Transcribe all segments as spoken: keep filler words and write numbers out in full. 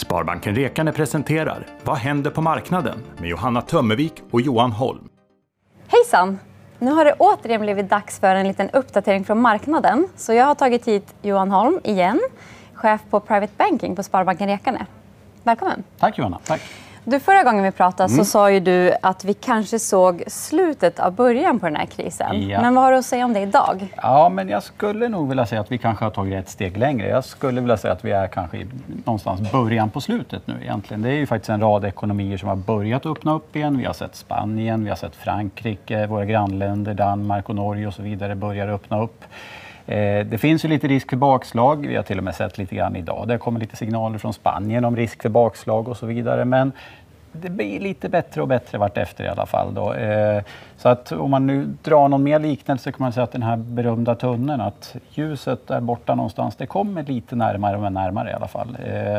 Sparbanken Rekane presenterar Vad händer på marknaden? Med Johanna Tömmervik och Johan Holm. Hejsan! Nu har det återigen blivit dags för en liten uppdatering från marknaden. Så jag har tagit hit Johan Holm igen, chef på Private Banking på Sparbanken Rekane. Välkommen! Tack Johanna, tack! Du, förra gången vi pratade mm. så sa ju du att vi kanske såg slutet av början på den här krisen. Ja. Men vad har du att säga om det idag? Ja, men jag skulle nog vilja säga att vi kanske har tagit ett steg längre. Jag skulle vilja säga att vi är kanske i någonstans början på slutet nu egentligen. Det är ju faktiskt en rad ekonomier som har börjat öppna upp igen. Vi har sett Spanien, vi har sett Frankrike, våra grannländer, Danmark och Norge och så vidare börjar öppna upp. Det finns ju lite risk för bakslag. Vi har till och med sett lite grann idag. Det kommer lite signaler från Spanien om risk för bakslag och så vidare. Men det blir lite bättre och bättre vart efter i alla fall. Då. Så att om man nu drar någon mer liknelse kan man säga att den här berömda tunneln, att ljuset är borta någonstans, det kommer lite närmare och närmare i alla fall.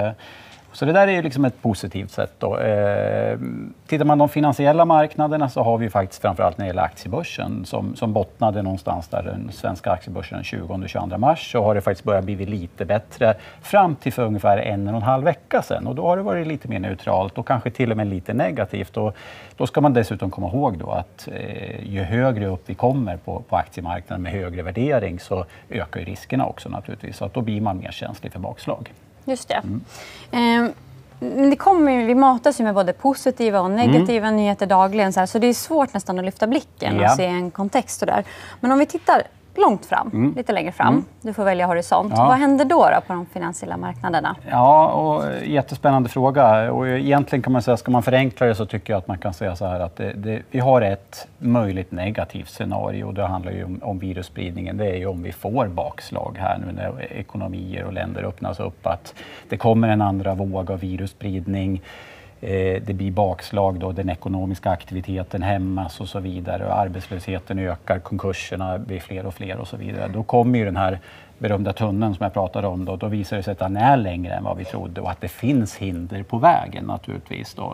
Så det där är ju liksom ett positivt sätt då. Eh, tittar man de finansiella marknaderna så har vi faktiskt framförallt när det gäller aktiebörsen som, som bottnade någonstans där den svenska aktiebörsen den tjugonde och tjugoandra mars, så har det faktiskt börjat bli lite bättre fram till för ungefär en och en halv vecka sedan. Och då har det varit lite mer neutralt och kanske till och med lite negativt. Och då ska man dessutom komma ihåg då att eh, ju högre upp vi kommer på, på aktiemarknaden med högre värdering så ökar ju riskerna också naturligtvis. Så att då blir man mer känslig för bakslag. Just det. Mm. Eh, det kommer, vi matas ju med både positiva och negativa mm. nyheter dagligen. Så, här, så det är svårt nästan att lyfta blicken ja. och se en kontext. Och där. Men om vi tittar långt fram, mm. lite längre fram. Mm. Du får välja horisont. Ja. Vad händer då, då på de finansiella marknaderna? Ja, och jättespännande fråga. Och egentligen kan man säga, ska man förenkla det så tycker jag att man kan säga så här att det, det, vi har ett möjligt negativt scenario. Det handlar ju om, om virusspridningen. Det är ju om vi får bakslag här nu när ekonomier och länder öppnas upp. Att det kommer en andra våg av virusspridning. Det blir bakslag då, den ekonomiska aktiviteten hämmas och så vidare. Och arbetslösheten ökar, konkurserna blir fler och fler och så vidare. Då kommer ju den här berömda tunneln som jag pratade om. Då, då visar det sig att den är längre än vad vi trodde och att det finns hinder på vägen naturligtvis. Då.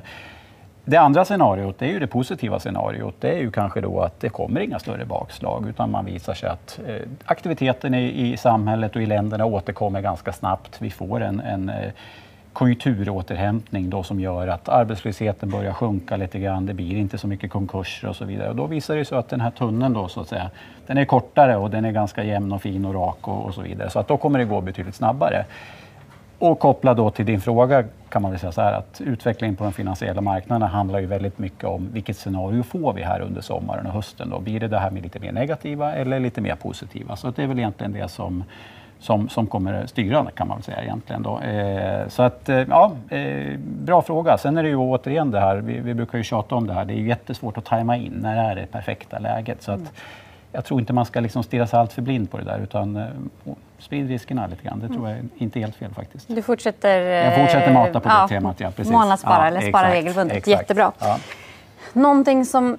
Det andra scenariot, det är ju det positiva scenariot. Det är ju kanske då att det kommer inga större bakslag utan man visar sig att aktiviteten i, i samhället och i länderna återkommer ganska snabbt. Vi får en, en konjunkturåterhämtning då som gör att arbetslösheten börjar sjunka lite grann, det blir inte så mycket konkurser och så vidare. Och då visar det sig att den här tunneln då så att säga, den är kortare och den är ganska jämn och fin och rak och, och så vidare. Så att då kommer det gå betydligt snabbare. Och koppla då till din fråga kan man väl säga så här att utvecklingen på de finansiella marknaderna handlar ju väldigt mycket om vilket scenario får vi här under sommaren och hösten då. Blir det det här med lite mer negativa eller lite mer positiva? Så att det är väl egentligen det som Som, som kommer styra kan man väl säga egentligen då. Eh, så att, eh, ja, eh, bra fråga. Sen är det ju återigen det här, vi, vi brukar ju tjata om det här, det är ju jättesvårt att tajma in när det är det perfekta läget. Så att, mm. jag tror inte man ska liksom stirra sig allt för blind på det där utan eh, sprid riskerna lite grann. Det tror jag inte är helt fel faktiskt. Du fortsätter, jag fortsätter mata på ja, det temat, ja precis. Månadsspara ja, eller spara exakt, regelbundet, exakt. jättebra. Ja. Någonting som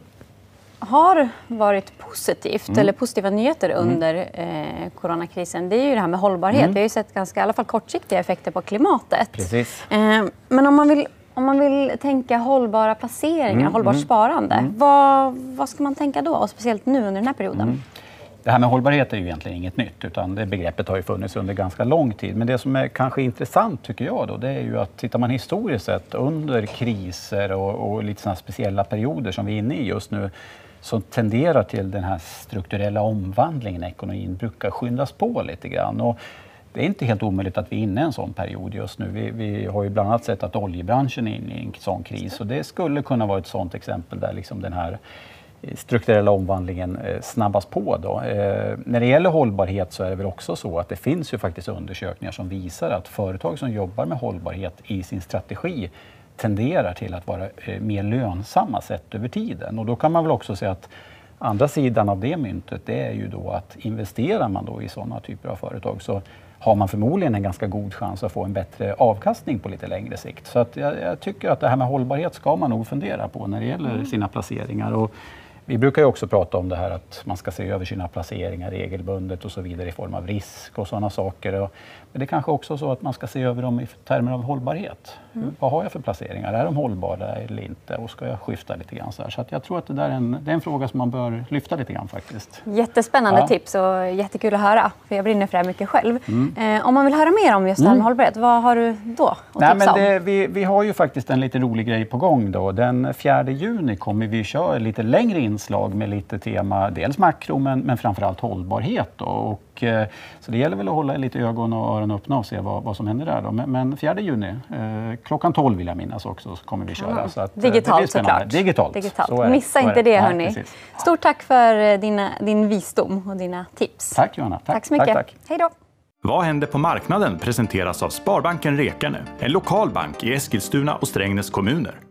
har varit positivt mm. eller positiva nyheter mm. under eh, coronakrisen, det är ju det här med hållbarhet. Mm. Vi har ju sett ganska i alla fall kortsiktiga effekter på klimatet. Precis. Eh, men om man vill om man vill tänka hållbara placeringar, mm. hållbart mm. sparande, mm. Vad, vad ska man tänka då? Och speciellt nu under den här perioden. Mm. Det här med hållbarhet är ju egentligen inget nytt utan det begreppet har ju funnits under ganska lång tid. Men det som är kanske intressant tycker jag då, det är ju att tittar man historiskt sett under kriser och, och lite sådana speciella perioder som vi är inne i just nu, så tenderar till den här strukturella omvandlingen i ekonomin brukar skyndas på lite grann. Och det är inte helt omöjligt att vi är inne i en sån period just nu. Vi, vi har ju bland annat sett att oljebranschen är inne i en sån kris och det skulle kunna vara ett sånt exempel där liksom den här strukturella omvandlingen snabbas på. Då. Eh, när det gäller hållbarhet så är det väl också så att det finns ju faktiskt undersökningar som visar att företag som jobbar med hållbarhet i sin strategi tenderar till att vara eh, mer lönsamma sett över tiden. Och då kan man väl också säga att andra sidan av det myntet, det är ju då att investerar man då i sådana typer av företag så har man förmodligen en ganska god chans att få en bättre avkastning på lite längre sikt. Så att jag, jag tycker att det här med hållbarhet ska man nog fundera på när det gäller sina placeringar. Och Vi brukar ju också prata om det här att man ska se över sina placeringar regelbundet och så vidare i form av risk och sådana saker. Och, men det är kanske också så att man ska se över dem i termer av hållbarhet. Mm. Vad har jag för placeringar? Är de hållbara eller inte? Och ska jag skifta lite grann så här? Så att jag tror att det där är en, det är en fråga som man bör lyfta lite grann faktiskt. Jättespännande ja. tips och jättekul att höra. För jag brinner för det här mycket själv. Mm. Eh, om man vill höra mer om just det här med hållbarhet, vad har du då att Nej, tipsa men det, om? vi, vi har ju faktiskt en lite rolig grej på gång då. Den fjärde juni kommer vi köra lite längre inslag med lite tema, dels makro men, men framförallt hållbarhet då. Och, eh, så det gäller väl att hålla lite ögon och öron öppna och se vad, vad som händer där då. Men, men fjärde juni, eh, klockan tolv vill jag minnas också, så kommer vi köra. Ja. Så att, digitalt såklart. Digitalt. digitalt. Så är Missa så inte det, det hörni. Nej, Stort tack för dina, din visdom och dina tips. Tack Johanna. Tack, tack så mycket. Tack, tack. Hej då. Vad händer på marknaden presenteras av Sparbanken Rekane, en lokal bank i Eskilstuna och Strängnäs kommuner.